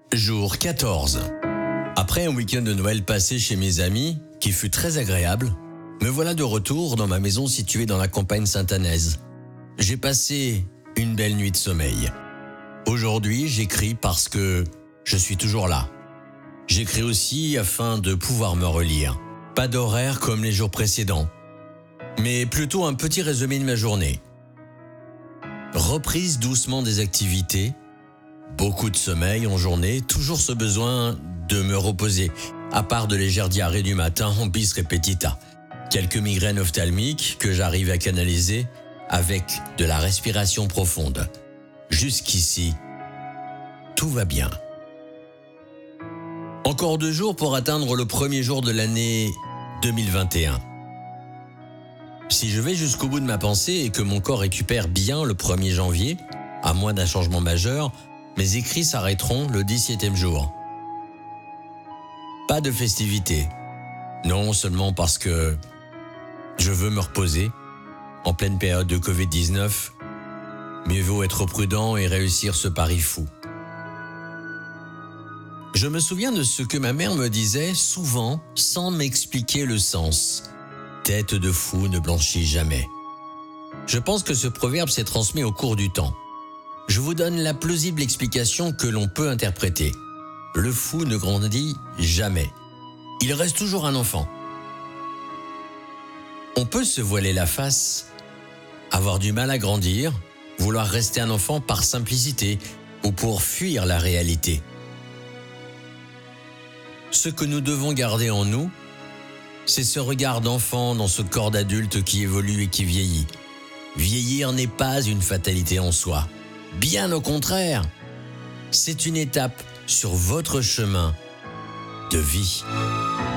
Jour 14. Après un week-end de Noël passé chez mes amis, qui fut très agréable, me voilà de retour dans ma maison située dans la campagne saint-anaise. J'ai passé une belle nuit de sommeil. Aujourd'hui, j'écris parce que je suis toujours là. J'écris aussi afin de pouvoir me relire. Pas d'horaire comme les jours précédents, mais plutôt un petit résumé de ma journée. Reprise doucement des activités, beaucoup de sommeil en journée, toujours ce besoin de me reposer, à part de légères diarrhées du matin en bis repetita. Quelques migraines ophtalmiques que j'arrive à canaliser avec de la respiration profonde. Jusqu'ici, tout va bien. Encore 2 jours pour atteindre le premier jour de l'année 2021. Si je vais jusqu'au bout de ma pensée et que mon corps récupère bien le 1er janvier, à moins d'un changement majeur, mes écrits s'arrêteront le 17e jour. Pas de festivité. Non, seulement parce que je veux me reposer. En pleine période de Covid-19, mieux vaut être prudent et réussir ce pari fou. Je me souviens de ce que ma mère me disait souvent sans m'expliquer le sens. Tête de fou ne blanchit jamais. Je pense que ce proverbe s'est transmis au cours du temps. Je vous donne la plausible explication que l'on peut interpréter. Le fou ne grandit jamais. Il reste toujours un enfant. On peut se voiler la face, avoir du mal à grandir, vouloir rester un enfant par simplicité ou pour fuir la réalité. Ce que nous devons garder en nous, c'est ce regard d'enfant dans ce corps d'adulte qui évolue et qui vieillit. Vieillir n'est pas une fatalité en soi. Bien au contraire, c'est une étape sur votre chemin de vie.